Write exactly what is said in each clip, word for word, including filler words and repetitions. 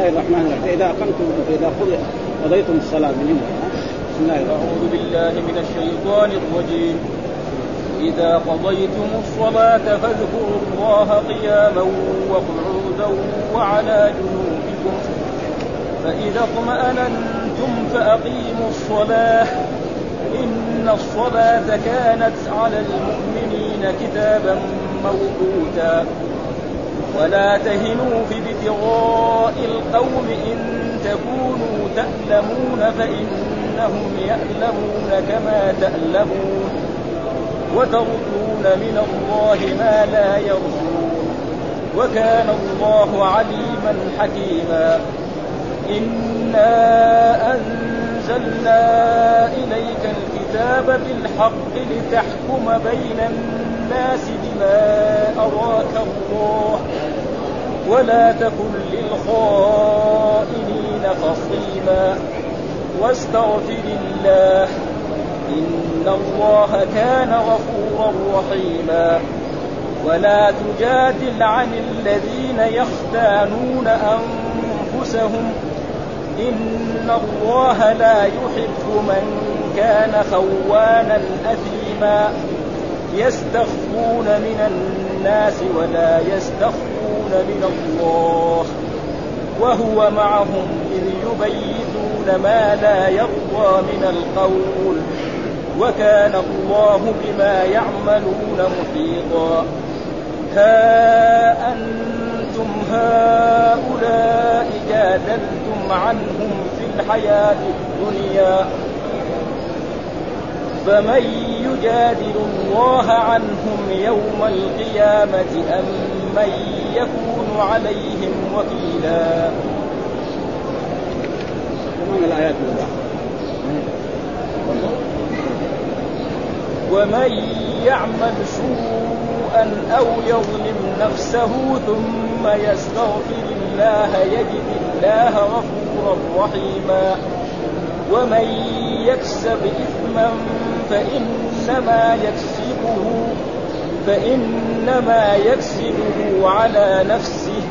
الله الرحمن الرحيم. إذا أقمتم إذا قضيتم الصلاة من هنا. بسم الله الرحمن الرحيم. أعوذ بالله من الشيطان الرجيم. إذا قضيتم الصلاة فاذكروا الله قياما وقعودا وعلى جنوبكم فإذا اطمأننتم فأقيموا الصلاة إن الصلاة كانت على المؤمنين كتابا موقوتا ولا تهنوا في ابتغاء القوم إن تكونوا تألمون فإنهم يألمون كما تألمون وترجون من الله ما لا يرجون وكان الله عليما حكيما. إنا أنزلنا إليك الكتاب بالحق لتحكم بين الناس بما أراك الله ولا تكن للخائنين خصيما واستغفر الله إن الله كان غفورا رحيما. ولا تجادل عن الذين يختانون أنفسهم إن الله لا يحب من كان خوانا أثيما يستخفون من الناس ولا يستخفون من الله وهو معهم إذ يبيتون ما لا يرضى من القول وكان الله بما يعملون محيطا. ها أنتم هؤلاء جادلتم عنهم في الحياة الدنيا فمن يجادل الله عنهم يوم القيامة أم من يكون عليهم وكيلا. ومن الآيات ومن يعمل سوءا أو يظلم نفسه ثم يستغفر الله يجد الله غفورا رحيما. ومن يكسب إثما فإنما يكسبه فإنما يكسبه على نفسه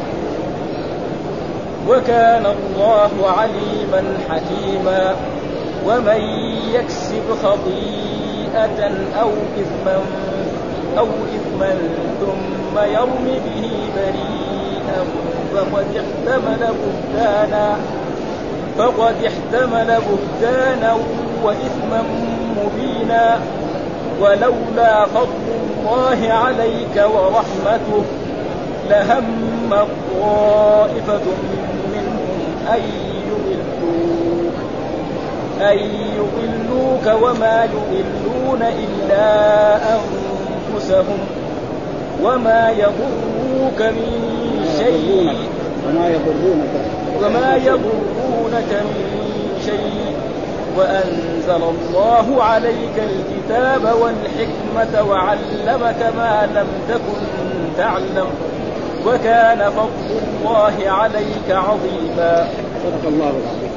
وكان الله عليما حكيما. ومن يكسب خطيئة أو إثما أو إثما ثم يرم به بريئا فقد احتمل بهتانا فقد احتمل بهتانا وإثما مبينا. ولولا فضل الله عليك ورحمته لهم طائفة منهم أن يضلوك أن يضلوك وما يضلون إلا أنفسهم وما يضروك من شيء وما يضرونك وما يضرونك من شيء وأنزل الله عليك الكتاب والحكمة وعلمك ما لم تكن تعلم وكان فضل الله عليك عظيما. صدق الله العظيم.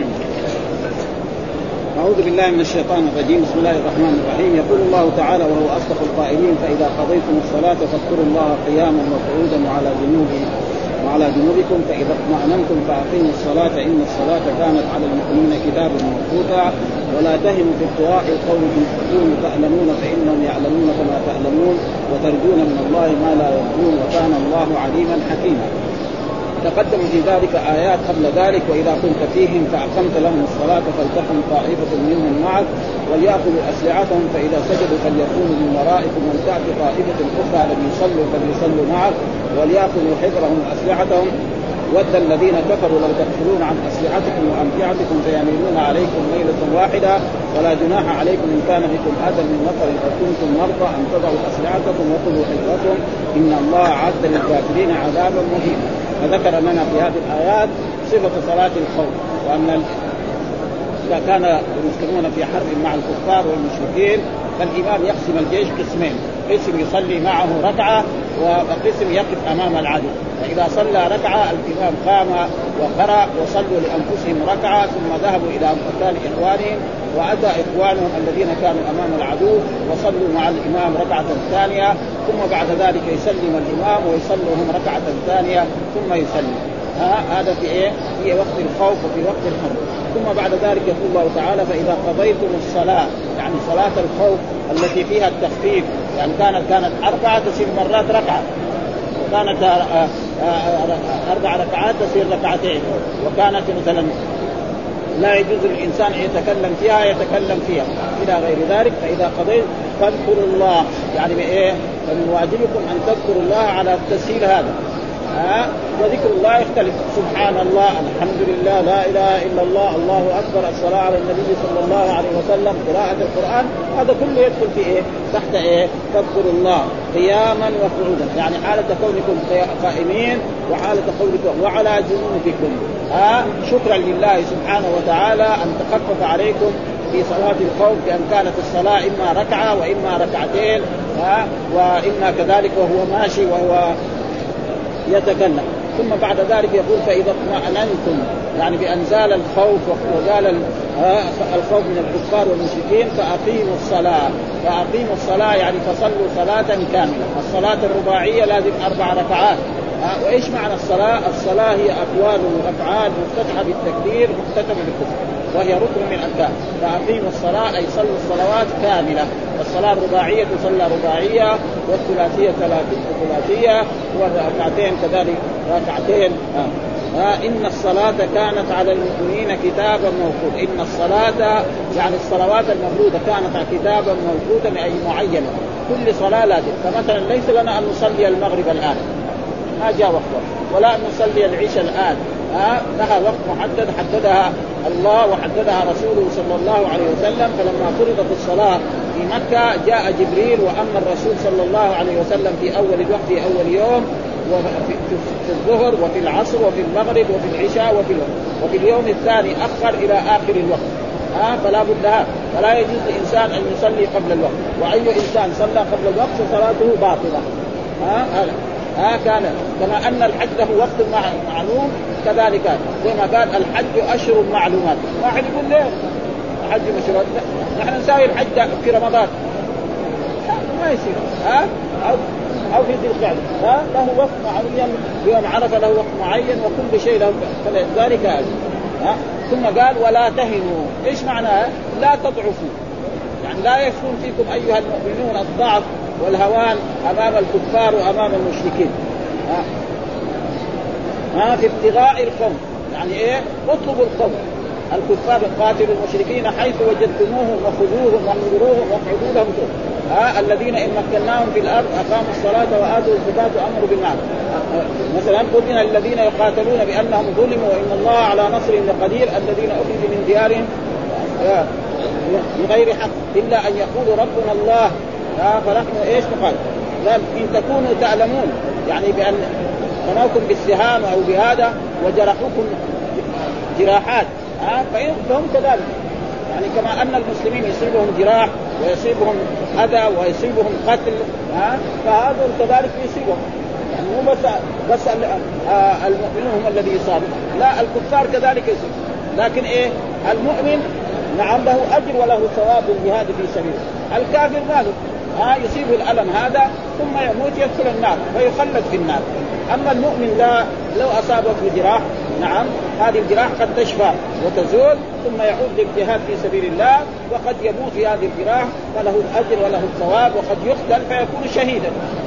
أعوذ بالله من الشيطان الرجيم. بسم الله الرحمن الرحيم. يقول الله تعالى وهو أصدق القائلين فإذا قضيتم الصلاة فاذكروا الله قياما وقعودا وعلى جنوبهم وعلى جنوبكم فإذا اطمأننتم فأقيموا الصلاة إن الصلاة كانت على المؤمنين كتابا موقوتا ولا تهنوا في ابتغاء القوم إن تكونوا تألمون فإنهم يعلمون كما تألمون وترجون من الله ما لا يرجون وكان الله عليما حكيما. تقدم في ذلك آيات قبل ذلك. وإذا كنت فيهم فأقمت لهم الصلاة فلتقم طائفة منهم معك وليأخذوا أسلحتهم فإذا سجدوا فليكونوا من ورائكم ولتأتي طائفة أخرى لم يصلوا فليصلوا معك وليأخذوا حذرهم وأسلحتهم ود الذين كفروا لو تكفرون عن أسلحتكم وأمتعتكم فيميلون عليكم ميلة واحدة ولا جناح عليكم إن كان بكم أذى من مطر أو كنتم مرضى أن تضعوا أسلحتكم وخذوا حذركم إن الله أعد للكافرين عذابا مهينا. فذكر لنا في هذه الآيات صفة صلاة الخوف وأن إذا كان المسلمون في حرب مع الكفار والمشركين فالإمام يقسم الجيش قسمين، قسم يصلي معه ركعة وقسم يقف أمام العدو. فإذا صلى ركعة الإمام قام وقرأ وصلوا لأنفسهم ركعة ثم ذهبوا إلى مكان إخوانهم وأتى إخوانهم الذين كانوا أمام العدو وصلوا مع الإمام ركعة ثانية ثم بعد ذلك يسلم الإمام ويصلوا هم ركعة ثانية ثم يسلم. ها هذا في ايه في وقت الخوف وفي وقت الحرب. ثم بعد ذلك يقول الله تعالى فإذا قضيتم الصلاة، يعني صلاة الخوف التي فيها التخفيف، يعني كانت كانت أربعة تصير مرات ركعة، وكانت أربع ركعات تصير ركعتين، وكانت مثلا لا يجوز للإنسان يتكلم فيها يتكلم فيها إلى غير ذلك. فإذا قضيت فاذكروا الله، يعني بإيه؟ فمن واجبكم أن تذكروا الله على التسهيل هذا. ها وذكر الله يختلف، سبحان الله، الحمد لله، لا إله إلا الله، الله أكبر، الصلاة على النبي صلى الله عليه وسلم، قراءة القرآن، هذا كله يدخل في إيه؟ تحت إيه؟ تذكروا الله قياما وقعودا، يعني حالة كونكم قائمين وحالة قولكم وعلى جنوبكم. ها شكرا لله سبحانه وتعالى أن تخفف عليكم في صلاة الخوف، بأن كانت الصلاة إما ركعة وإما ركعتين، ها وإما كذلك وهو ماشي وهو يتكلم. ثم بعد ذلك يقول فإذا اطمأننتم، يعني بأن زال الخوف وزال الخوف من الكفار والمشركين فأقيموا الصلاة. فأقيموا الصلاة يعني فصلوا صلاة كاملة. الصلاة الرباعية لازم أربع ركعات. وإيش معنى الصلاة؟ الصلاة هي أقوال وأفعال مفتتحة بالتكبير مختتمة بالكفر، وهي ركن من الأركان. فأقيموا الصلاة أي صلوا الصلوات كاملة. الصلاة الرباعية تصلى رباعية، والثلاثية ثلاثية، والركعتين كذلك ركعتين. آه. إن الصلاة كانت على المؤمنين كتابا موقوتا. إن الصلاة يعني الصلوات المفروضة كانت كتابا موقوتا أي معينة، كل صلاة لازم. فمثلا ليس لنا أن نصلي المغرب الآن، ما جاء وقته، ولا أن نصلي العشاء الآن، ها لها وقت محدد حددها الله وحددها رسوله صلى الله عليه وسلم. فلما فرضت الصلاة في مكة جاء جبريل وأما الرسول صلى الله عليه وسلم في أول الوقت في أول يوم، وفي في الظهر وفي العصر وفي المغرب وفي العشاء وفي وفي اليوم الثاني أخر إلى آخر الوقت. ها فلا بد لها، فلا يجوز لإنسان أن يصلي قبل الوقت، وأي إنسان صلى قبل الوقت فصلاته باطلة. ها ها كان كما أن الحج له وقت معلوم كذلك، زي ما قال الحج أشهر معلومات. واحد يقول ليه الحج مشروع؟ نحن نساوي الحج في رمضان ما يصير، ها أو أو في ذي القعدة، ها له وقت معين، يوم عرفة له وقت معين، وكل شيء له ذلك. ها ثم قال ولا تهنوا. إيش معناه؟ لا تضعفوا، يعني لا يكون فيكم أيها المؤمنون الضعف والهوان أمام الكفار وأمام المشركين. ها ها في ابتغاء القوم، يعني إيه؟ اطلبوا القوم الكفار، قاتلوا المشركين حيث وجدتموهم وخذوهم وانظروهم واقعدوا لهم. ها الذين إن مكناهم في الأرض أقاموا الصلاة وآتوا الزكاة وأمروا بالمعروف. مثلا قل إن الذين يقاتلون بأنهم ظلموا وإن الله على نصرهم لقدير، الذين أخرجوا من ديارهم بغير حق إلا أن يقولوا ربنا الله. فنحن إيش نقال؟ إن تكونوا تعلمون، يعني بأن رموكم بالسهام أو بهذا وجرحوكم جراحات، فهم كذلك، يعني كما أن المسلمين يصيبهم جراح ويصيبهم أذى ويصيبهم قتل، فهذا كذلك يصيبهم. يعني مو بس بس المؤمنون هم الذي يصاب، لا الكفار كذلك يصيب. لكن إيه؟ المؤمن نعم له أجر وله ثواب الجهاد في سبيله. الكافر ماله؟ ها يصيبه الألم هذا ثم يموت يدخل النار فيخلد في النار. أما المؤمن لا، لو أصابه جراح نعم هذه الجراح قد تشفى وتزول ثم يعود للجهاد في سبيل الله، وقد يموت في هذه الجراح فله الأجر وله الثواب، وقد يقتل فيكون شهيدا.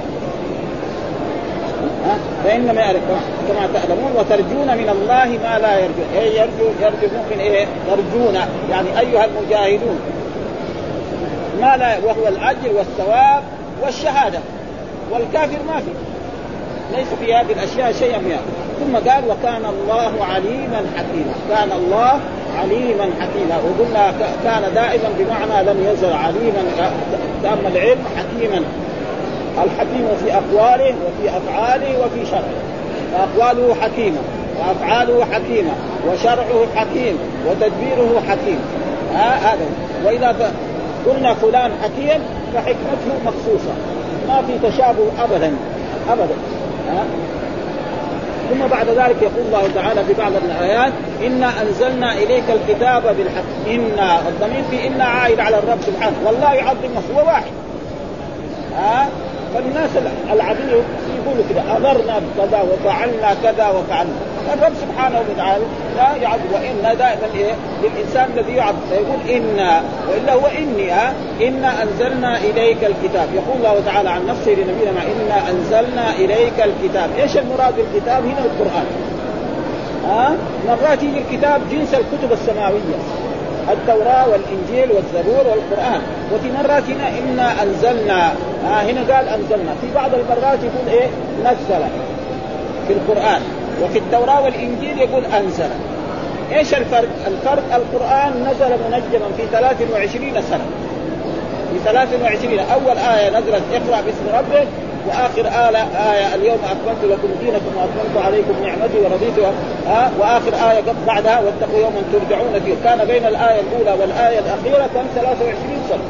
فإنما يعرف كما تعلمون وترجون من الله ما لا يرجون. إيه يرجو؟ يرجو ممكن إيه؟ ترجون يعني أيها المجاهدون ما لا، وهو الأجر والثواب والشهادة. والكافر ما في، ليس في هذه الأشياء شيئا منها. ثم قال وكان الله عليما حكيما. كان الله عليما حكيما، وقلنا كان دائما بمعنى لم يزل عليما تام العلم حكيما. الحكيم في أقواله وفي أفعاله وفي شرعه، فأقواله حكيمة وأفعاله حكيمة وشرعه حكيم وتدبيره حكيم. هذا آه وإذا قلنا فلان حكيم فحكمته مخصوصة، ما في تشابه أبدا أبدا. آه ثم بعد ذلك يقول الله تعالى في بعض الآيات إنا أنزلنا إليك الكتاب بالحق. إنا الضمير في إنا عائد على الرب سبحانه، والله يعظمه هو واحد. ها فالناس العادية يقولوا كذا أمرنا بكذا وفعلنا كذا وفعلنا، الرب سبحانه وتعالى لا يعد. وإن دائما إيه للإنسان الذي يعد يقول إنا وإلا هو إني ها إنا أنزلنا إليك الكتاب. يقول الله تعالى عن نفسه لنبينا إنا أنزلنا إليك الكتاب. إيش المراد بالكتاب هنا؟ القرآن. ها مرات يجي الكتاب جنس الكتب السماوية التوراة والإنجيل والزبور والقرآن. وفي مرات هنا إنا أنزلنا ها هنا قال أنزلنا. في بعض المرات يقول إيه نزل في القرآن. وفي التوراة والإنجيل يقول أنزل. إيش الفرق؟ الفرق القرآن نزل منجما في ثلاث وعشرين سنة. في ثلاث وعشرين أول آية نزلت اقرأ باسم ربك، وآخر آية, آية اليوم أكملت لكم دينكم وأتممت عليكم نعمتي ورضيت آه وآخر آية قد بعدها واتقوا يوما ترجعون فيه. كان بين الآية الأولى والآية الأخيرة كان ثلاث وعشرين سنة.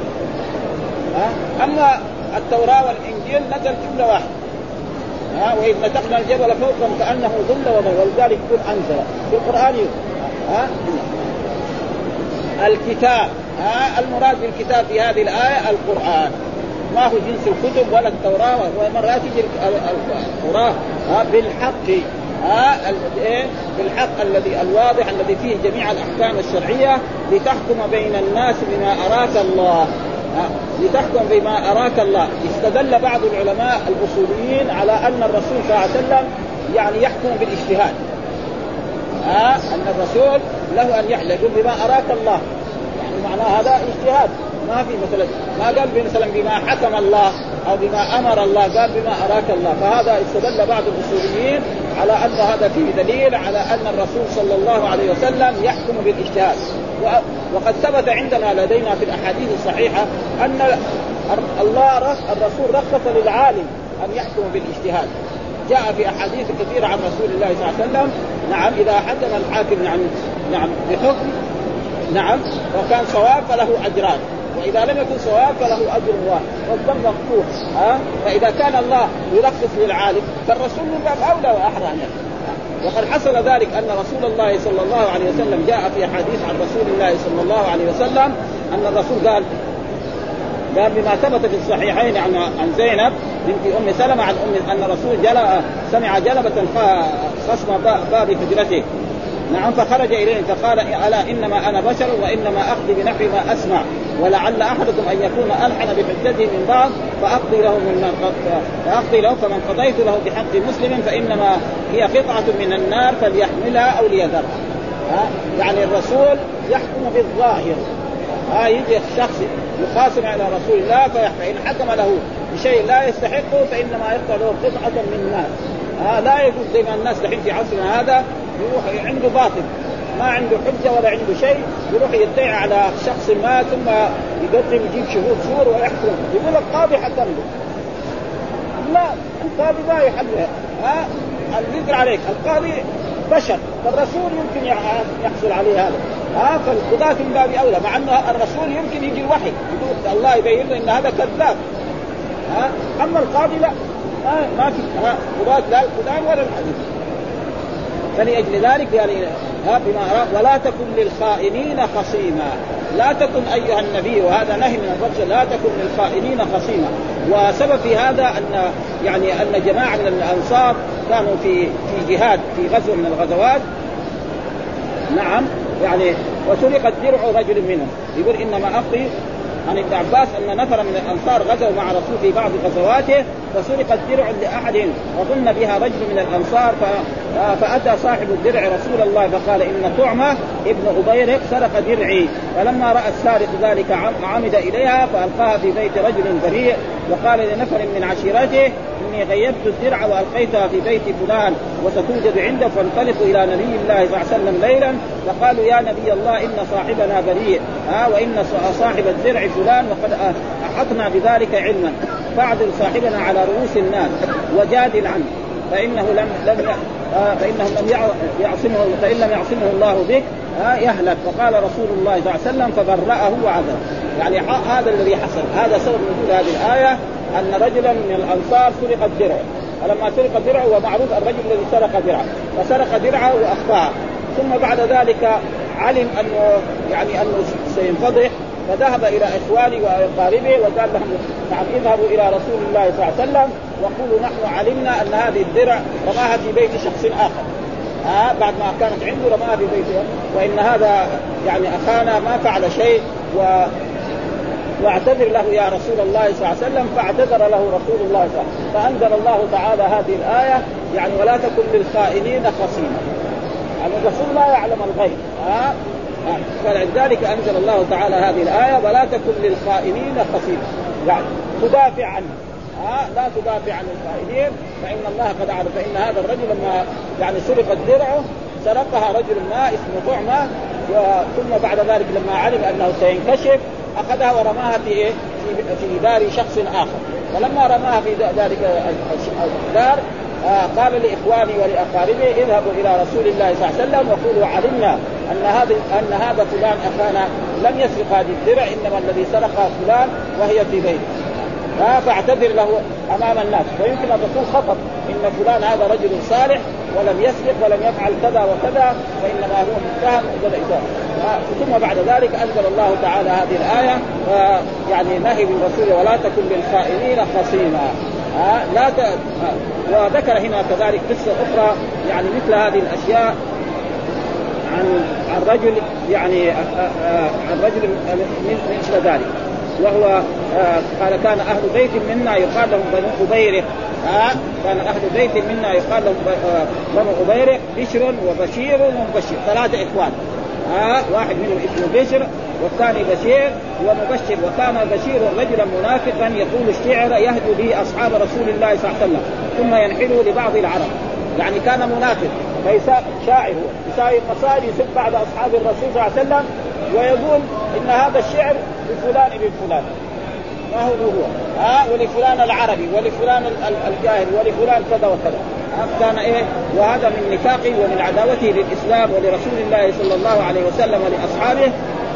آه أما التوراة والإنجيل نزل جملة واحدة. ها وإذ نتقنا الجبل فوقهم كأنه ظل وظل، ولذلك يقول أنزل. في القرآن ها الكتاب. ها المراد بالكتاب في هذه الآية القرآن، ما هو جنس الكتب ولا التوراة. ومرات يجي التوراة بالحق ها بالحق الذي الواضح الذي فيه جميع الأحكام الشرعية لتحكم بين الناس بما أراك الله. لتحكم بما أراك الله. استدل بعض العلماء الأصوليين على أن الرسول صلى الله عليه وسلم يعني يحكم بالاجتهاد. ها أن الرسول له أن يحكم بما أراك الله، يعني معناه هذا اجتهاد. ما في مثلا ما قال مثلا بما حكم الله أو بما أمر الله، قال بما أراك الله. فهذا استدل بعض الأصوليين على أن هذا فيه دليل على أن الرسول صلى الله عليه وسلم يحكم بالاجتهاد. وقد ثبت عندنا لدينا في الأحاديث الصحيحة أن الله الرسول رخص للعالم أن يحكم بالاجتهاد. جاء في أحاديث كثيرة عن رسول الله صلى الله عليه وسلم نعم إذا حكم الحاكم نعم نعم بحكم نعم وكان صواب فله أجران، وإذا لم يكن صواب فله أجر واحد والذنب مغفور. ها فإذا كان الله يرخص للعالم فالرسول من باب أولى وأحرى يعني. وقد حصل ذلك أن رسول الله صلى الله عليه وسلم جاء في حديث عن رسول الله صلى الله عليه وسلم أن الرسول قال قال بما ثبت في الصحيحين عن عن زينب بنت أم سلمة عن أم أن الرسول جل سمع جلبة خصم باب حجرته نعم فخرج إليه فقال ألا إنما أنا بشر وإنما أقضي بنحو ما أسمع ولعل أحدكم أن يكون ألحن بحجته من بعض فأقضي له من فأقضي له فمن قضيت له بحق مسلم فإنما هي قطعة من النار فليحملها أو ليذرها. يعني الرسول يحكم بالظاهر. ها يجي الشخص يخاصم على رسول الله فإن حكم له بشيء لا يستحقه فإنما يقطع له قطعة من النار. ها لا يقول زي ما الناس دحين في عصرنا هذا يروح عنده باطل ما عنده حجة ولا عنده شيء يروح يدعي على شخص ما ثم يقدم يجيب شهود زور ويحكم يقول القاضي حكم له. لا القاضي ما يحلها. ها اللي عليك القاضي بشر فالرسول يمكن يحصل عليه هذا. ها فالقضاة من باب أولى مع أنه الرسول يمكن يجي الوحي يقول الله يبين له إن هذا كذاب. ها أما القاضي لا ما ما في قضاة لا القرآن ولا الحديث. فلأجل ذلك يعني ها بما أراد ولا تكن للخائنين خصيما. لا تكن أيها النبي وهذا نهي من الرب لا تكن للخائنين خصيما. وسبب في هذا أن يعني أن جماعة من الأنصار كانوا في في جهاد في غزو من الغزوات نعم يعني وسرقت درع رجل منهم يقول إنما أقضي عن ابن عباس أن نفر من الأنصار غزوا مع رسول في بعض غزواته فسرقت درع لأحد وظن بها رجل من الأنصار فأتى صاحب الدرع رسول الله فقال إن طعمة ابن أبيرق سرق درعي. فلما رأى السارق ذلك عمد إليها فألقاها في بيت رجل بريء وقال لنفر من عشيرته إني غيبت الدرع وألقيتها في بيت فلان وستوجد عنده فانطلقوا إلى نبي الله صلى الله عليه وسلم ليلا فقالوا يا نبي الله إن صاحبنا بريء ها وإن صاحب الدرع فلان وقد أحطنا بذلك علما فاعذر صاحبنا على رؤوس الناس وجادل عنه فإنه لم لم فإنهم لم يعصمه فإن لم يعصمه الله بك يهلك. فقال رسول الله صلى الله عليه وسلم فبرأه وعذره. يعني هذا الذي حصل هذا سبب نزول هذه الآية أن رجلا من الأنصار سرق الدرع. فلما سرق الدرع ومعروف الرجل الذي سرق درعه فسرق درعه وأخفاها ثم بعد ذلك علم أنه يعني أنه سينفضح فذهب إلى إخوانه وأقاربه وقال لهم نعم اذهبوا إلى رسول الله صلى الله عليه وسلم وقولوا نحن علمنا أن هذه الدرع رماها في بيت شخص آخر ها بعد ما كانت عنده رماها في بيته، وإن هذا يعني أخانا ما فعل شيء و واعتذر له يا رسول الله صلى الله عليه وسلم، فاعتذر له رسول الله صلى الله عليه وسلم، فأنزل الله تعالى هذه الآية يعني ولا تكن للخائنين خصيما. يعني الرسول لا يعلم الغيب ها، فلذلك أنزل الله تعالى هذه الآية ولا تكن للخائنين خصيما، يعني تدافع عنه ها، لا تدافع عن الخائنين، فإن الله قد عرف. فإن هذا الرجل لما يعني سرقت درعه سرقها رجل ما اسمه طعمة، ثم بعد ذلك لما علم أنه سينكشف أخذها ورماها في إيه؟ في دار شخص آخر. فلما رماها في ذلك الدار آه قال لإخواني ولأقاربه اذهبوا إلى رسول الله صلى الله عليه وسلم وقولوا علمنا أن هذا أن هذا فلان أخانا لم يسرق هذه الدرع، إنما الذي سرقها فلان وهي في بيته، آه فاعتذر له أمام الناس. ويمكن أن تكون خطأ، إن فلان هذا رجل صالح ولم يسرق ولم يفعل كذا وكذا، فإنما هو متهم بالإساءة. آه ثم بعد ذلك أنزل الله تعالى هذه الآية آه يعني نهي بالرسول ولا تكن للخائنين خصيما. آه لا ت... آه وذكر هنا كذلك قصة أخرى يعني مثل هذه الأشياء عن عن رجل يعني آه آه عن رجل مثل ذلك، وهو آه قال كان أهل بيت منا يقال لهم بنو أبيرق. آه كان أهل بيت منا يقال لهم بنو أبيرق بشر وبشير ومبشر، ثلاثة إخوان. آه واحد منهم اسمه بشر والثاني بشير ومبشر. وكان بشير رجلا منافقا يقول الشعر يهدو به أصحاب رسول الله صلى الله عليه وسلم ثم ينحله لبعض العرب. يعني كان منافق فيساء شاعر يساوي قصائد يسب بعد أصحاب الرسول صلى الله عليه وسلم ويقول إن هذا الشعر لفلان ابن فلان ما هو هو ها آه ولفلان العربي ولفلان الجاهل ولفلان كذا وكذا. كان إيه وهذا من نفاقه ومن عداوته للإسلام ولرسول الله صلى الله عليه وسلم ولأصحابه.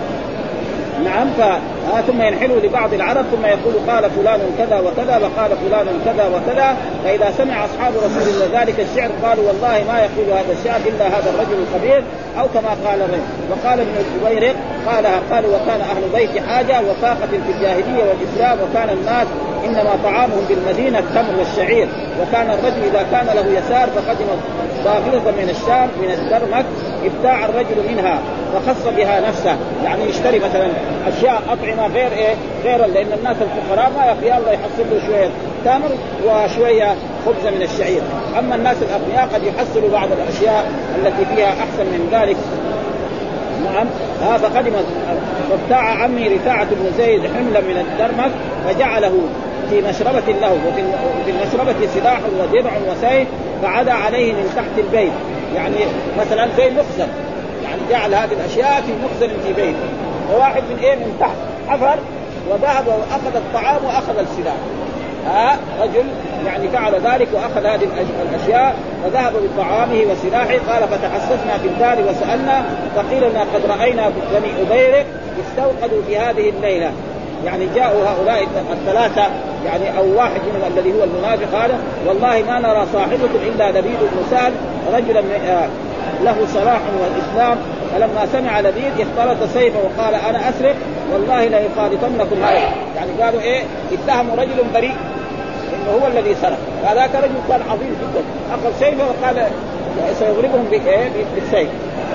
نعم. ف ثم ينحله لبعض العرب ثم يقول قال فلان كذا وكذا وقال فلان كذا وكذا. فإذا سمع أصحاب رسول الله ذلك الشعر قالوا والله ما يقول هذا الشعر إلا هذا الرجل الخبير، أو كما قال الرجل. وقال ابن الزبير قالها قالوا وكان أهل بيت حاجة وفاقة في الجاهلية والإسلام، وكان الناس إنما طعامهم بالمدينة التمر والشعير، وكان الرجل إذا كان له يسار فقدم ضافرة من الشام من الدرمك ابتاع الرجل منها فخص بها نفسه، يعني يشتري مثلا أشياء أطعمة غير إيه غير، لأن الناس الفقراء ما يقي الله يحصل له شوية تمر وشوية خبز من الشعير، أما الناس الأغنياء قد يحصلوا بعض الأشياء التي فيها أحسن من ذلك. نعم. هذا قدم فابتاع عمي رفاعة بن زيد حملا من الدرمك فجعله في مشربة له، وفي المشربة سلاح ودرع وسيف، فعدا عليه من تحت البيت، يعني مثلا زي مخزن، يعني جعل هذه الأشياء في مخزن في بيت، وواحد من إيه من تحت حفر وذهب وأخذ الطعام وأخذ السلاح. ها رجل يعني فعل ذلك وأخذ هذه الأشياء وذهب بطعامه وسلاحه. قال فتحسسنا في الدار وسألنا فقيل لنا قد رأينا بني أبيرق استوقدوا في هذه الليلة، يعني جاءوا هؤلاء الثلاثة يعني أو واحد منهم الذي هو المنافق قال والله ما نرى صاحبكم إلا لبيد بن سعد رجلا له صلاح والإسلام. فلما سمع لبيد اختلط سيفه وقال أنا أسرق والله لا يخالطنكم هذا، يعني قالوا إيه اتهموا رجل بريء إنه هو الذي سرق، هذاك رجل كان عظيم جدا أخذ سيفه وقال سيضربهم بالسيف.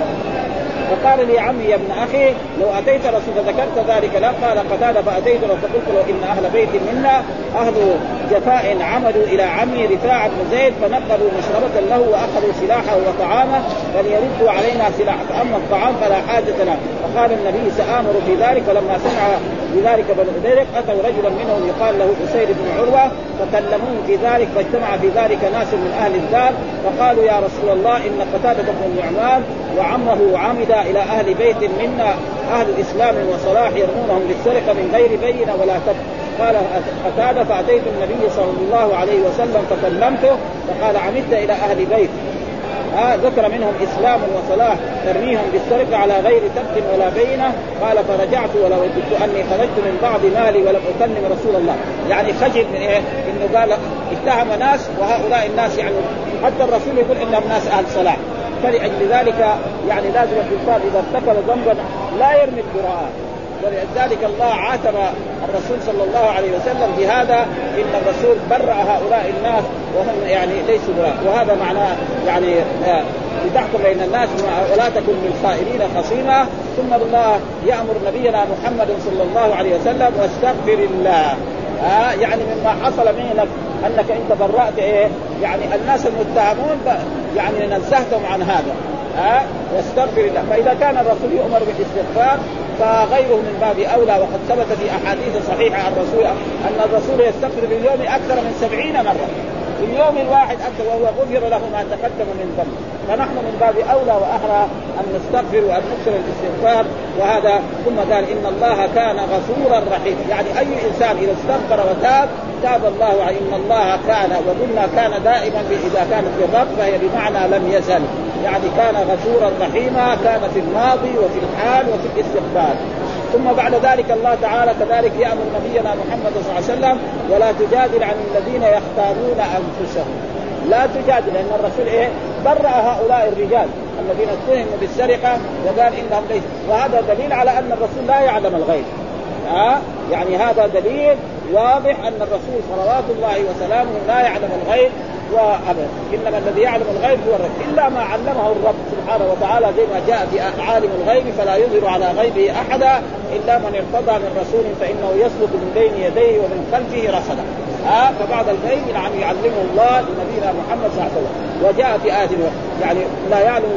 فقال لي عمي يا ابن أخي لو أتيت رسول فذكرت ذلك لا، قال قتادة فأتيت فقلت له إن أهل بيت منا أهل جفاء عمدوا إلى عمي رفاعة بن زيد فنقلوا مشربة له وأخذوا سلاحه وطعامه فليردوا علينا سلاحه، فأما الطعام فلا حاجة له. فقال النبي سآمر في ذلك. ولما سمع بذلك بنو أبيرق أتوا رجلا منهم يقال له أسيد بن عروة فكلموه في ذلك، فاجتمع في ذلك ناس من أهل الدار فقالوا يا رسول الله إن قتادة بن النعمان وعمه عمد إلى أهل بيت منا أهل إسلام وصلاح يرمونهم بالسرقة من غير بينة ولا كذب. قال قتادة فأتيت النبي صلى الله عليه وسلم فكلمته فقال عمدت إلى أهل بيت آه ذكر منهم إسلام وصلاح ترميهم بالسرقة على غير سبت ولا بينة. قال فرجعت ولو كنت أني خرجت من بعض مالي ولم أكلم رسول الله، يعني خجل من إيه إنه قال اتهم ناس وهؤلاء الناس يعني حتى الرسول يقول إنهم ناس أهل صلاح، فلأجل ذلك يعني لازم الإنسان إذا ارتكب ذنبا لا يرمي البراءة. ولذلك الله عاتب الرسول صلى الله عليه وسلم بهذا إن الرسول برأ هؤلاء الناس وهم يعني ليسوا براء، وهذا معناه يعني لتحكم بين الناس ولا تكن للخائنين خصيما. ثم الله يأمر نبينا محمد صلى الله عليه وسلم واستغفر الله. آه يعني مما حصل منك أنك أنت برأت إيه يعني الناس المتهمون يعني نزهتهم عن هذا. آه واستغفر الله. فإذا كان الرسول يؤمر بالاستغفار فغيره من باب أولى. وقد ثبت في أحاديث صحيحة عن الرسول أن الرسول يستغفر في اليوم أكثر من سبعين مرة في اليوم الواحد أكثر، وهو غفر له ما تقدم من ذنب. فنحن من باب أولى وأحرى أن نستغفر وأن نكثر الاستغفار. وهذا ثم قال إن الله كان غفورا رحيما، يعني أي إنسان إذا استغفر وتاب تاب الله. إن الله كان، وقلنا كان دائما إذا كانت في الرب فهي بمعنى لم يزل، يعني كان غفورا رحيما، كان في الماضي وفي الحال وفي الاستقبال. ثم بعد ذلك الله تعالى كذلك يأمر نبينا محمد صلى الله عليه وسلم ولا تجادل عن الذين يختارون أنفسهم. لا تجادل، لأن الرسول إيه برأ هؤلاء الرجال الذين اتهموا بالسرقة وقال إنهم ليس، وهذا دليل على أن الرسول لا يعلم الغيب. ها يعني هذا دليل واضح أن الرسول صلوات الله وسلامه لا يعلم الغيب وأبدا، إنما الذي يعلم الغيب هو الرب، إلا ما علمه الرب سبحانه وتعالى زي ما جاء في عالم الغيب فلا يظهر على غيبه أحدا إلا من ارتضى من رسول فإنه يسلك من بين يديه ومن خلفه رصدا. ها فبعد الغيب نعم يعلمه الله لنبينا محمد صلى الله عليه وسلم. وجاء في آية يعني لا يعلم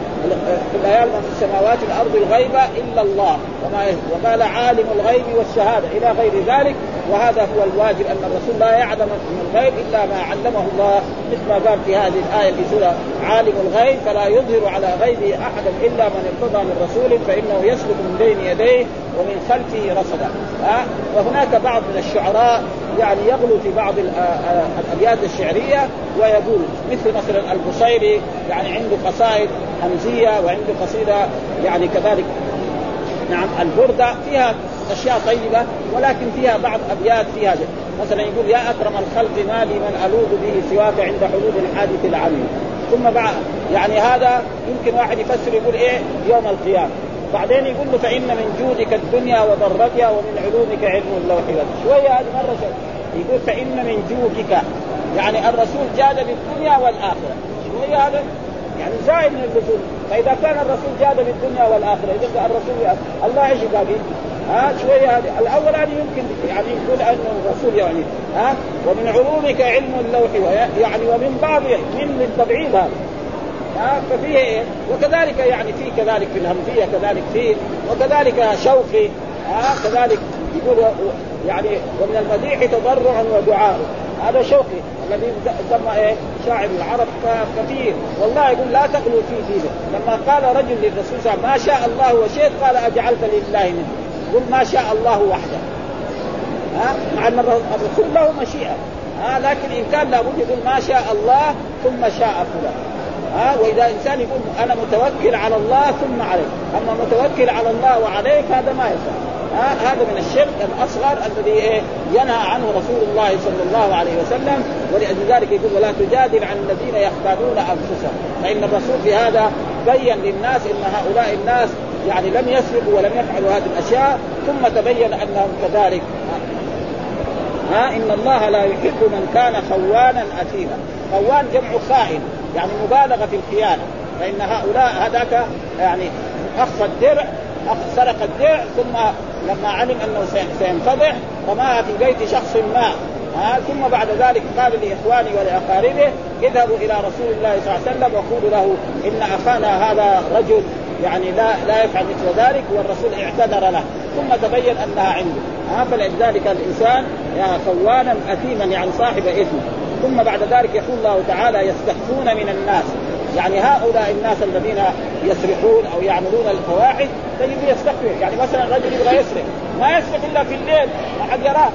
لا يعلم في السماوات والأرض الغيب إلا الله، وما وقال عالم الغيب والشهادة إلى غير ذلك. وهذا هو الواجب أن الرسول لا يعلم من الغيب إلا ما علمه الله، مثل ما قال في هذه الآية في سورة عالم الغيب فلا يظهر على غيبه أحدا إلا من ارتضى من رسول فإنه يسلك من بين يديه ومن خلفه رصدا. أه؟ وهناك بعض من الشعراء يعني يغلو في بعض الأبيات الشعرية ويقول مثل مثلا البصيري يعني عنده قصائد همزية وعنده قصيدة يعني كذلك نعم البردة فيها أشياء طيبة ولكن فيها بعض أبيات فيها جد. مثلا يقول يا أكرم الخلق ما لي من ألوذ به سواك عند حدود الحادث العميم. ثم بعد يعني هذا يمكن واحد يفسر يقول إيه يوم القيامة. بعدين يقول له فإن من جودك الدنيا وضرتها ومن علومك علم اللوح والقلم. شوية هذه مرة شوية يقول فإن من جودك يعني الرسول جاد بالدنيا والآخرة. شوية هذا يعني زائد من الرسول. فإذا كان الرسول جاد بالدنيا والآخرة إذا الرسول الله إيش باقي؟ ها شوية هذه الأول هذه يمكن يعني يقول أنه الرسول يعني ها ومن علومك علم اللوح يعني ومن باب من التبعيد هذا. ها ففيه إيه وكذلك يعني فيه كذلك في الهمزية كذلك فيه وكذلك شوقي ها كذلك يقول يعني ومن المديح تضرع ودعاء. هذا شوقي الذي سمى إيه شاعر العرب كثير. والله يقول لا تغلو في دينه. لما قال رجل للرسول صلى الله عليه وسلم ما شاء الله وشيء قال أجعلت لله منه. قل ما شاء الله وحده. ها مع أن الرسول له مشيئة ها لكن إن كان لابد يقول ما شاء الله ثم شاء فلان. ها وإذا إنسان يقول أنا متوكل على الله ثم عليك، أما متوكل على الله وعليك هذا ما يصح. ها هذا من الشرك الأصغر الذي إيه ينهى عنه رسول الله صلى الله عليه وسلم. ولذلك يقول ولا تجادل عن الذين يختارون أنفسهم. فإن الرسول في هذا بين للناس إن هؤلاء الناس يعني لم يسرقوا ولم يفعلوا هذه الأشياء ثم تبين أنهم كذلك. ها إن الله لا يحب من كان خوانا أثيما. خوان جمع خائن يعني مبالغة في الخيانة. فإن هؤلاء هذاك يعني أخذ الدرع سرق الدرع ثم لما علم أنه سينفضح رماها في بيت شخص ما. ها ثم بعد ذلك قال لإخواني ولأقاربه اذهبوا إلى رسول الله صلى الله عليه وسلم وقولوا له إن أخانا هذا رجل يعني لا لا يفعل مثل ذلك والرسول اعتذر له ثم تبين أنها عنده. ها فلذلك الإنسان يا خوانا أثيما يعني صاحب إثم. ثم بعد ذلك يقول الله تعالى يستخفون من الناس. يعني هؤلاء الناس الذين يسرقون أو يعملون الفواحش تجد يستخفون. يعني مثلا رجل يبغى يسرق ما يسرق إلا في الليل ما حد يراه.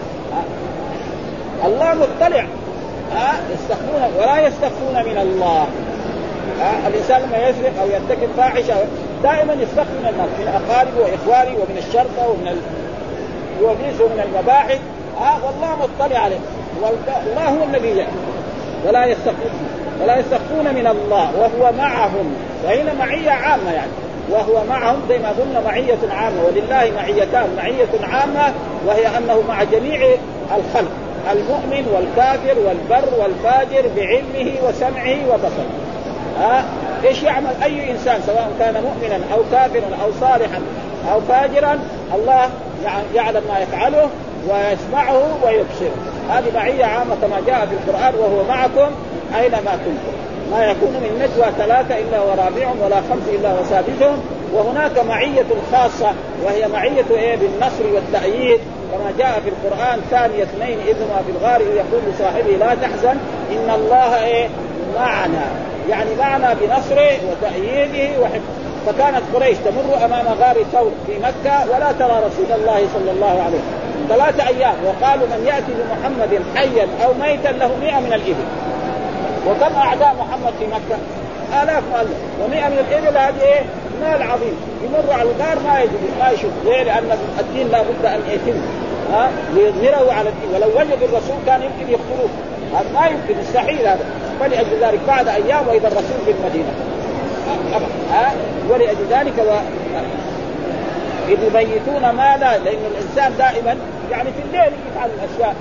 الله مطلع. ها يستخفون ولا يستخفون من الله. ها الإنسان لما يسرق أو يرتكب فاحشة دائما يستخف من الناس من أقاربه وإخوانه ومن الشرطة ومن البوليس ومن المباحث. ها والله مطلع عليه والله هو الذي يعلم. ولا يستخفون ولا يستخفون من الله وهو معهم. وهنا معية عامة يعني وهو معهم زي ما قلنا معية عامة. ولله معيتان معية عامة وهي أنه مع جميع الخلق المؤمن والكافر والبر والفاجر بعلمه وسمعه وبصره. ها ايش يعمل اي انسان سواء كان مؤمنا او كافرا او صالحا او فاجرا، الله يعلم ما يفعله ويسمعه ويبصره. هذه معية عامة كما جاء في القرآن: وهو معكم أينما كنتم، ما يكون من نجوى ثلاثة إلا ورابعهم ولا خمس إلا وسادسهم. وهناك معية خاصة وهي معية إيه بالنصر والتأييد كما جاء في القرآن: ثاني اثنين إذ هما في الغار يقول لصاحبه لا تحزن إن الله إيه معنا، يعني معنا بنصره وتأييده وحفظه. فكانت قريش تمر أمام غار ثور في مكة ولا ترى رسول الله صلى الله عليه وسلم ثلاثة أيام، وقالوا من يأتي بمحمد حيا أو ميتا له مئة من الإبل. وكم أعداء محمد في مكة؟ آلاف مؤلف، ومئة من الإبل هذه إيه؟ مال عظيم. يمر على الغار ما يجد ما يشوف، ليه؟ لأن الدين لا بد أن يتم ها ليظهره على الدين، ولو وجدوا الرسول كان يمكن يقتلوه، هذا ما يمكن، مستحيل هذا. فلأجل ذلك بعد أيام وإذا الرسول في المدينة ها ولأجل ذلك و... إذ يبيتون ما لا، لأن الإنسان دائما يعني في الليل يفعل الأشياء.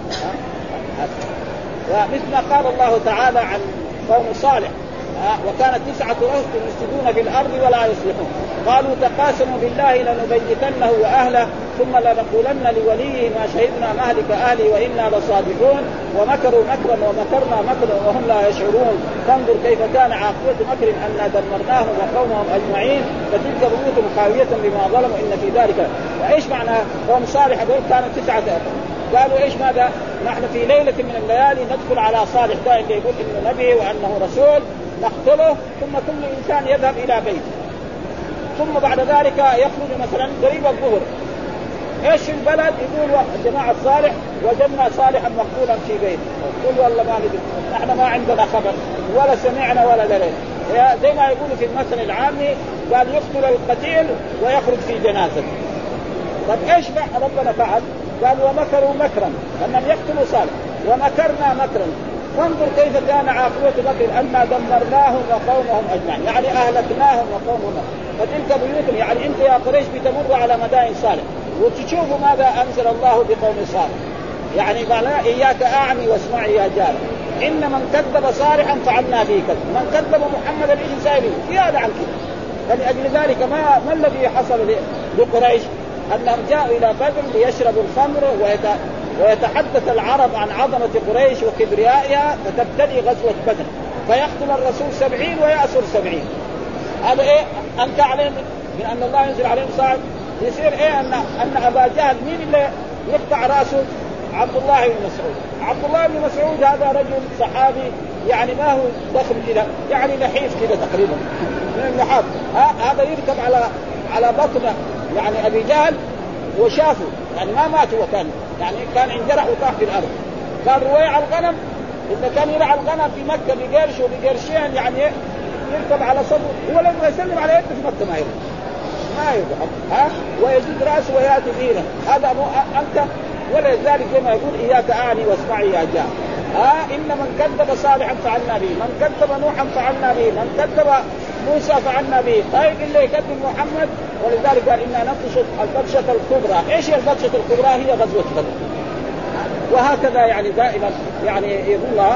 ومثل ما قال الله تعالى عن قوم صالح: وكانت تسعة رهط يفسدون في الأرض ولا يصلحون قالوا تقاسموا بالله لنبيتنه وأهله ثم لنقولن لوليه ما شهدنا مهلك أهله وإنا لصادقون ومكروا مكرا ومكرنا مكرا وهم لا يشعرون فانظر كيف كان عاقبة مكر أنا دمرناهم وقومهم أجمعين فتلك بيوت خاوية بما ظلموا إن في ذلك. وإيش معنى قوم صالح هذول؟ كانت تسعة قالوا إيش ماذا؟ نحن في ليلة من الليالي ندخل على صالح ده اللي يقول إنه نبي وأنه رسول نقتله، ثم كل إنسان يذهب إلى بيته، ثم بعد ذلك يخرج مثلا قريب الظهر. إيش في البلد؟ يقول جماعة صالح وجدنا صالحا مقتولا في بيته، يقول والله ما ندري، نحن ما عندنا خبر ولا سمعنا ولا درينا. زي ما يقولوا في المثل العامي قال يقتل القتيل ويخرج في جنازته. طب إيش ربنا فعل؟ قال ومكروا مكرا أنهم يقتلوا صالح ومكرنا مكرا فانظر كيف كان عاقبة مكر أنا دمرناهم وقومهم أجمعين، يعني أهلكناهم وقومهم. فتلك بيوتهم، يعني أنت يا قريش بتمر على مدائن صالح وتشوفوا ماذا أنزل الله بقوم صالح، يعني معناه إياك أعمي واسمعي يا جار، إن من كذب صالحا فعلنا به كذب، من كذب محمدا الإنساني زيادة عن كذا. فلأجل ذلك ما, ما الذي حصل لقريش؟ أنهم جاءوا إلى بدر ليشربوا الخمر ويت... ويتحدث العرب عن عظمة قريش وكبريائها، فتبتدي غزوة بدر فيقتل الرسول سبعين ويأسر سبعين. هذا إيه؟ أنت عليهم من أن الله ينزل عليهم صعب، يصير إيه؟ أن أن أبا جهل مين اللي يقطع رأسه؟ عبد الله بن مسعود. عبد الله بن مسعود هذا رجل صحابي يعني ما هو ضخم كذا، يعني نحيف كذا تقريبا من النحاف، هذا يركب على على بطنه يعني أبي جهل وشافه، يعني ما مات، وكان يعني كان انجرح وطاح في الأرض. قال رويع الغنم، إذا كان يرعى الغنم في مكة بقرش وبقرشين يعني يركب على صدره، هو لما يسلم على يده في مكة ما يركب ما يركب ها ويزيد رأسه ويأتي فينا. هذا مو أنت ولذلك كما يقول إياك أعني واسمعي يا جاه. ها إن من كذب صالحا فعلنا به، من كذب نوحا فعلنا به، من كذب موسى فعلنا به. طيب اللي يكذب محمد، ولذلك قال إنا نبطش البطشة الكبرى. إيش هي البطشة الكبرى؟ هي غزوة بدر. وهكذا يعني دائما يعني يقول الله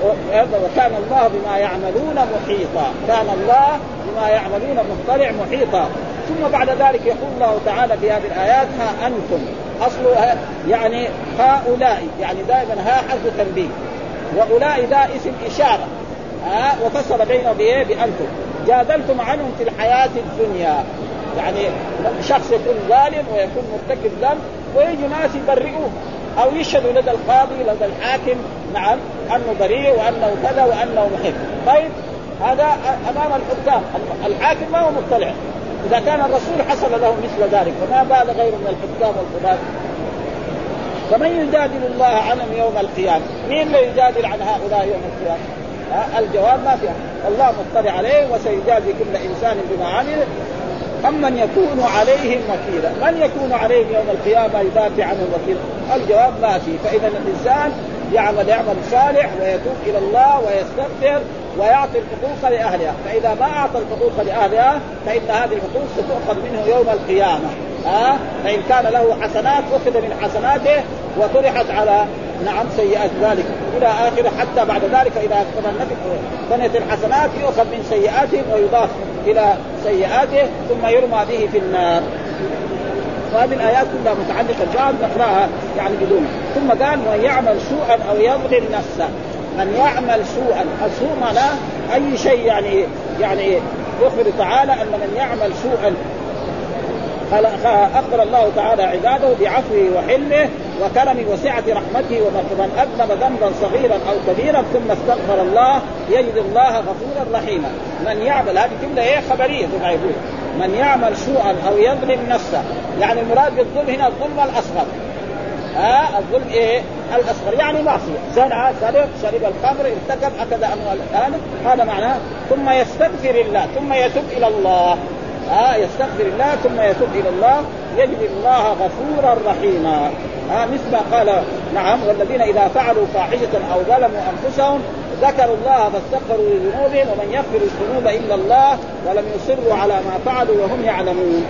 وكان الله بما يعملون محيطا، كان الله بما يعملون مطلع محيطا. ثم بعد ذلك يقول الله تعالى في هذه الآيات ها أنتم، أصل يعني هؤلاء، يعني دائما ها حرف تنبيه، وأولئك ذا اسم إشارة ها وفصل بينه بإيه؟ بأنتم جادلتم عنهم في الحياة الدنيا. يعني شخص يكون ظالم ويكون مرتكب ذنب ويجي ناس يبرئوه أو يشهدوا لدى القاضي لدى الحاكم نعم أنه بريء وأنه كذا وأنه محب. طيب هذا أمام الحكام، الحاكم ما هو مطلع. إذا كان الرسول حصل له مثل ذلك فما بال غيره من الحكام والقضاة. فمن يجادل الله عنهم يوم القيامة؟ مين اللي يجادل عن هؤلاء يوم القيامة؟ الجواب ما فيها، الله مطلع عليه وسيجازي كل إنسان بما عمل. أمن يكون عليهم وكيلا؟ من يكون عليهم يوم القيامة يدافع عنهم وكيلا؟ الجواب ما فيه. فإذا الإنسان يعمل يعمل صالح ويتوب إلى الله ويستغفر ويعطي الحقوق لأهلها، فإذا ما أعطى الحقوق لأهلها فإن هذه الحقوق ستؤخذ منه يوم القيامة. ها؟ فإن كان له حسنات أخذ من حسناته وطرحت على نعم سيئات ذلك إلى آخره، حتى بعد ذلك إذا بنت الحسنات يؤخذ من سيئاتهم ويضاف إلى سيئاته ثم يرمى به في النار. وهذه الآيات كلها متعلقة ببعض نقرأها يعني بدون. ثم قال من يعمل سوءا أو يظلم نفسه. من يعمل سوءا، السوء معناه أي شيء يعني يعني يخبر تعالى أن من يعمل سوءا أخبر الله تعالى عباده بعفوه وحلمه وكرمه وسعة رحمته ومن أذنب ذنبا صغيرا أو كبيرا ثم استغفر الله يجد الله غفورا رحيما. من يعمل، هذه جملة إيه خبرية كما يقول، من يعمل سوءا أو يظلم نفسه، يعني المراد بالظلم هنا الظلم الأصغر. ها آه الظلم إيه الأصغر، يعني معصية، زنى سرق شرب الخمر ارتكب أكد أموال الآن، هذا معناه. ثم يستغفر الله ثم يتوب إلى الله، آه يستغفر الله ثم يتوب إلى الله يجد الله غفورا رحيما. آه مثل ما قال نعم والذين إذا فعلوا فاحشة أو ظلموا أنفسهم ذكروا الله فاستغفروا لذنوبهم ومن يغفر الذنوب إلا الله ولم يصروا على ما فعلوا وهم يعلمون.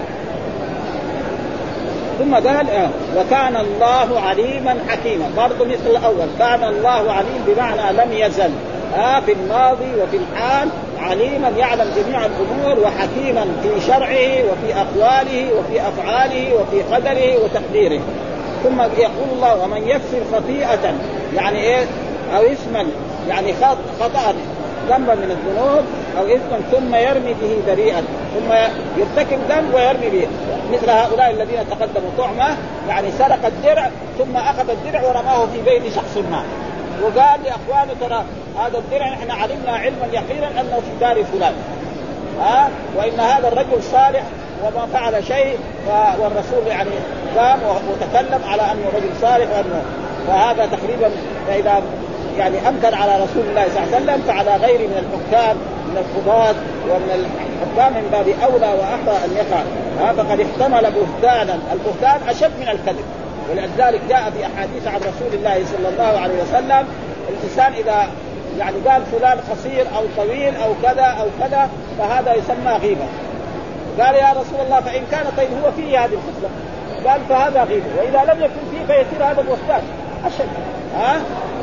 ثم قال آه وكان الله عليما حكيما، برضو مثل الأول، كان الله عليم بمعنى لم يزل آه في الماضي وفي الحال عليما يعلم جميع الأمور، وحكيما في شرعه وفي أقواله وفي أفعاله وفي قدره وتقديره. ثم يقول الله ومن يكسر خطيئة يعني إيه أو اسما يعني خطأ ذنبا من الذنوب أو إثما ثم يرمي به بريئا، ثم يرتكب ذنب ويرمي به، مثل هؤلاء الذين تقدموا طعمة يعني سرق الدرع ثم أخذ الدرع ورماه في بيت شخص ما وقال لأخوانه ترى هذا الدرع نحن علمنا علما يقينا أنه في دار فلان، ها وإن هذا الرجل صالح وما فعل شيء، والرسول يعني قام وتكلم على أنه رجل صالح وأنه، وهذا تقريبا فإذا يعني أنكر على رسول الله صلى الله عليه وسلم فعلى غير من الحكام من القضاة ومن الحكام من باب أولى وأحرى أن يقع، فقد احتمل بهتانا، البهتان أشد من الكذب. ولذلك جاء في أحاديث عن رسول الله صلى الله عليه وسلم الإنسان إذا يعني قال فلان قصير أو طويل أو كذا أو كذا فهذا يسمى غيبة. قال يا رسول الله فإن كان طيب هو فيه هذه الخصلة، قال فهذا غيبة، وإذا لم يكن فيه فيصير هذا بهتان أشد. ها؟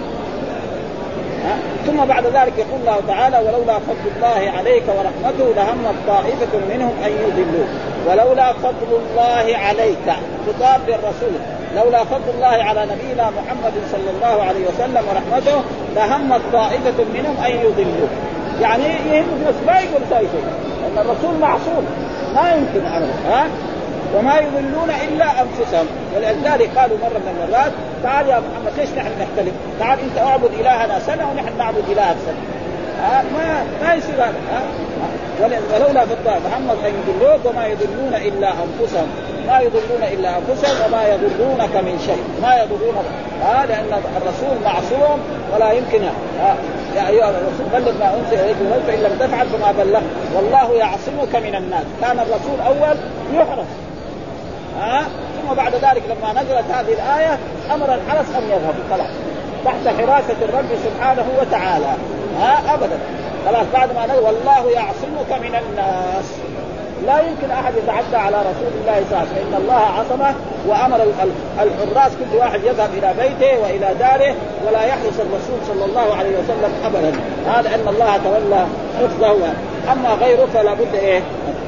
ها؟ ثم بعد ذلك يقول الله تعالى ولولا فضل الله عليك ورحمته لهم طائفة منهم أن يضلوك. ولولا فضل الله عليك خطاب للرسول، لولا فضل الله على نبينا محمد صلى الله عليه وسلم ورحمته لهم طائفة منهم أن يضلوك، يعني يهم بس ما يقول شيء، أن الرسول معصوم ما يمكن أبدا. ها وما يضلون إلا أنفسهم. ولذلك قالوا مرة من المرات تعال يا محمد ليش نحن نختلف، تعال أنت أعبد إلهنا سنة ونحن نعبد إلهك سنة، ها ما ما يصير هذا. ولولا فضل محمد أن يضلوك وما يضلون إلا أنفسهم، ما يضرون إلا أنفسهم وما يضرونك من شيء، ما يضرونك آه لأن الرسول معصوم ولا يمكن آه يا أيها الرسول بلغ ما أنزل إليك من ربك، فإن لم تفعل فما بلغت والله يعصمك من الناس. كان الرسول أول يحرس آه ثم بعد ذلك لما نزلت هذه الآية أمر الحرس أن يذهبوا خلاص تحت حراسة الرب سبحانه وتعالى آه أبدا خلاص بعد ما نزل والله يعصمك من الناس. لا يمكن أحد يتعدى على رسول الله صلى الله عليه وسلم، إن الله عصمه وأمر الحراس كل واحد يذهب إلى بيته وإلى داره ولا يحرس الرسول صلى الله عليه وسلم أبدا، هذا أن الله تولى حفظه. أما غيره فلا بد إيه.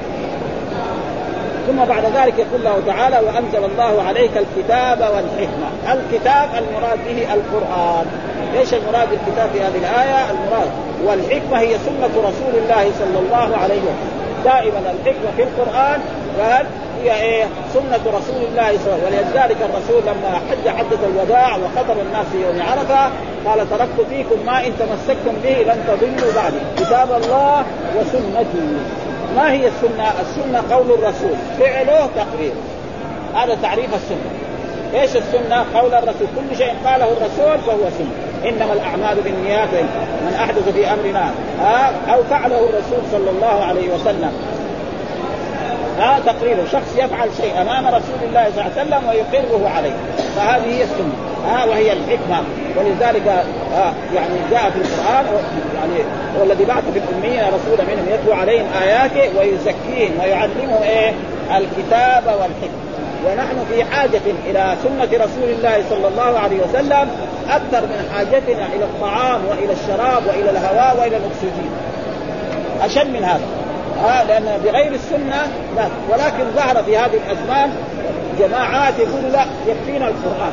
ثم بعد ذلك يقول الله تعالى وأنزل الله عليك الكتاب والحكمة. الكتاب المراد به القرآن. ايش المراد بالكتاب في هذه الآية؟ المراد والحكمة هي سنة رسول الله صلى الله عليه وسلم. دائما الحكمة في القرآن قال هي ايه سنة رسول الله صلى الله عليه وسلم. ولذلك الرسول لما حج حجة الوداع وخطب الناس في يوم عرفة قال تركت فيكم ما إن تمسكتم به لن تضلوا بعدي كتاب الله وسنتي. ما هي السنة؟ السنة قول الرسول فعله تقرير، هذا تعريف السنة. ايش السنة؟ قول الرسول، كل شيء قاله الرسول فهو سنة. إنما الأعمال بالنيات من أحدث في أمرنا أو فعله الرسول صلى الله عليه وسلم ها تقريره، شخص يفعل شيء أمام رسول الله صلى الله عليه وسلم ويقره عليه، فهذه هي السنة ها وهي الحكمة. ولذلك ها يعني جاء في القرآن يعني هو الذي بعث في الأميين رسولا منهم يتلو عليهم آياته ويزكيهم ويعلمهم إيه الكتاب والحكمة ونحن في حاجة إلى سنة رسول الله صلى الله عليه وسلم أكثر من حاجتنا إلى الطعام وإلى الشراب وإلى الهواء وإلى الأكسجين، أشد من هذا. آه لأن بغير السنة لا. ولكن ظهر في هذه الأزمان جماعات يقولوا لا يكفينا القرآن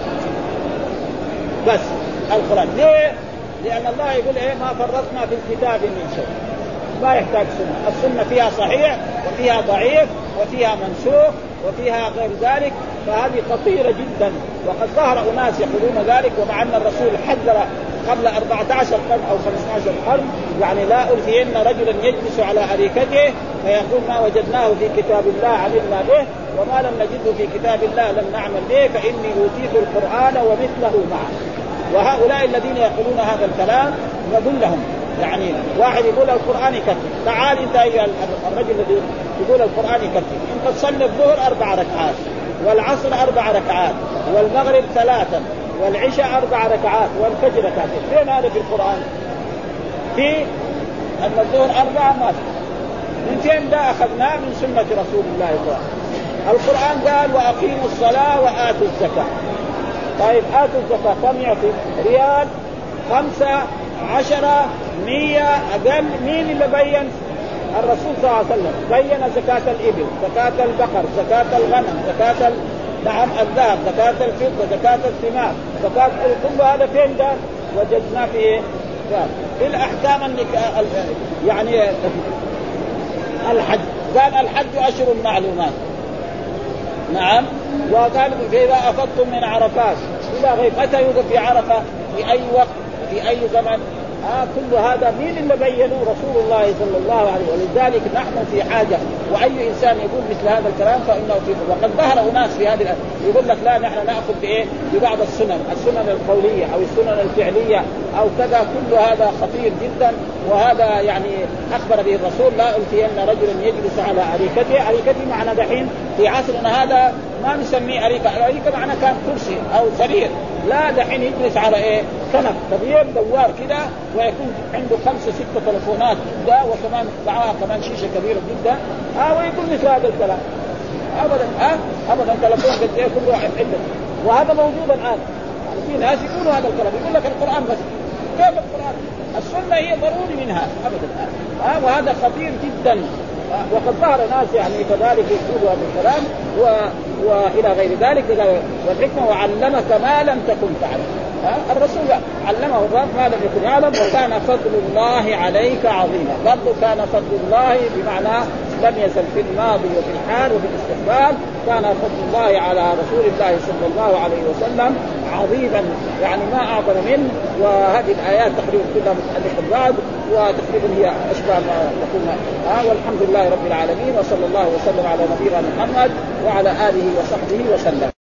بس. القرآن ليه؟ لأن الله يقول إيه ما فرطنا في الكتاب من شيء، ما يحتاج سنة. السنة فيها صحيح وفيها ضعيف وفيها منسوخ وفيها غير ذلك، فهذه خطيرة جدا. وقد ظهر أناس يقولون ذلك، ومع أن الرسول حذر قبل أربعة عشر قرن أو خمسة عشر قرن، يعني لا ألفين رجلا يجلس على أريكته فيقول ما وجدناه في كتاب الله عملنا به وما لم نجده في كتاب الله لم نعمل به فإني أوتيت القرآن ومثله معه. وهؤلاء الذين يقولون هذا الكلام نقول لهم يعني واحد يقول القرآن يكفي، تعال انت ايها الرجل الذي يقول القرآن يكفي، انت تصلي الظهر اربع ركعات والعصر اربع ركعات والمغرب ثلاثا والعشاء اربع ركعات والفجر ركعتين، فين هذا في القرآن؟ في ان الظهر اربعة ما في. من فين ده اخذناه؟ من سنة رسول الله صلى الله عليه وسلم. القرآن قال واقيموا الصلاة وآتوا الزكاة. طيب آتوا الزكاة كم يعطي؟ ريال، خمسة، عشرة، مية، أقل. مين اللي بين؟ الرسول صلى الله عليه وسلم بين زكاة الإبل، زكاة البقر، زكاة الغنم، زكاة نعم الذهب، زكاة الفضة، زكاة الثمار، زكاة كل هذا فين ده؟ وجدنا في إيه؟ في الأحكام النك... يعني الحج. قال الحج أشهر معلومات، نعم. وقال فإذا أفضتم من عرفات إلى غير متى يوقف في عرفة؟ في أي وقت؟ في أي زمن؟ آه كل هذا مين اللي بينه؟ رسول الله صلى الله عليه وسلم. ولذلك نحن في حاجة، وأي إنسان يقول مثل هذا الكلام فإنه في. وقد ظهر أناس في هذه الأسئلة يقول لك لا نحن نأخذ بإيه؟ ببعض السنن، السنن القولية أو السنن الفعلية أو كذا. كل هذا خطير جدا، وهذا يعني أخبر به الرسول لا ألفين رجلا يجلس على أريكته. أريكته معنا دحين في عصرنا هذا ما نسميه أريكة، أريكة معنا كان كرسي أو سرير، لا دحين يجلس على إيه؟ كنب كبير دوار كده، ويكون عنده خمسة ستة تلفونات كده، وكمان معها كمان شيشة كبيرة جدا. آه ويقول مثل هذا الكلام أبدا. آه أبدا تلفون قد إيه كل واحد عنده، وهذا موجود الآن. يعني في ناس يقولوا هذا الكلام، يقول لك القرآن بس. كيف القرآن؟ السنة هي ضروري منها أبدا. آه وهذا خطير جدا. آه وقد ظهر ناس يعني كذلك يقولوا هذا الكلام و... وإلى غير ذلك. والحكمة وعلمك ما لم تكن تعلم. آه الرسول علمه الرب ما لم يكن يعلم. وكان فضل الله عليك عظيما. برضو كان فضل الله بمعنى لم يزل في الماضي وفي الحال وفي الاستقبال. كان فضل الله على رسول الله صلى الله عليه وسلم عظيما، يعني ما أعظم منه. وهذه الآيات تقريبا كلها متعلقة ببعض، وتقريبا هي أشبه ما تقولنا. آه والحمد لله رب العالمين، وصلى الله وسلم على نبينا محمد وعلى آله وصحبه وسلم.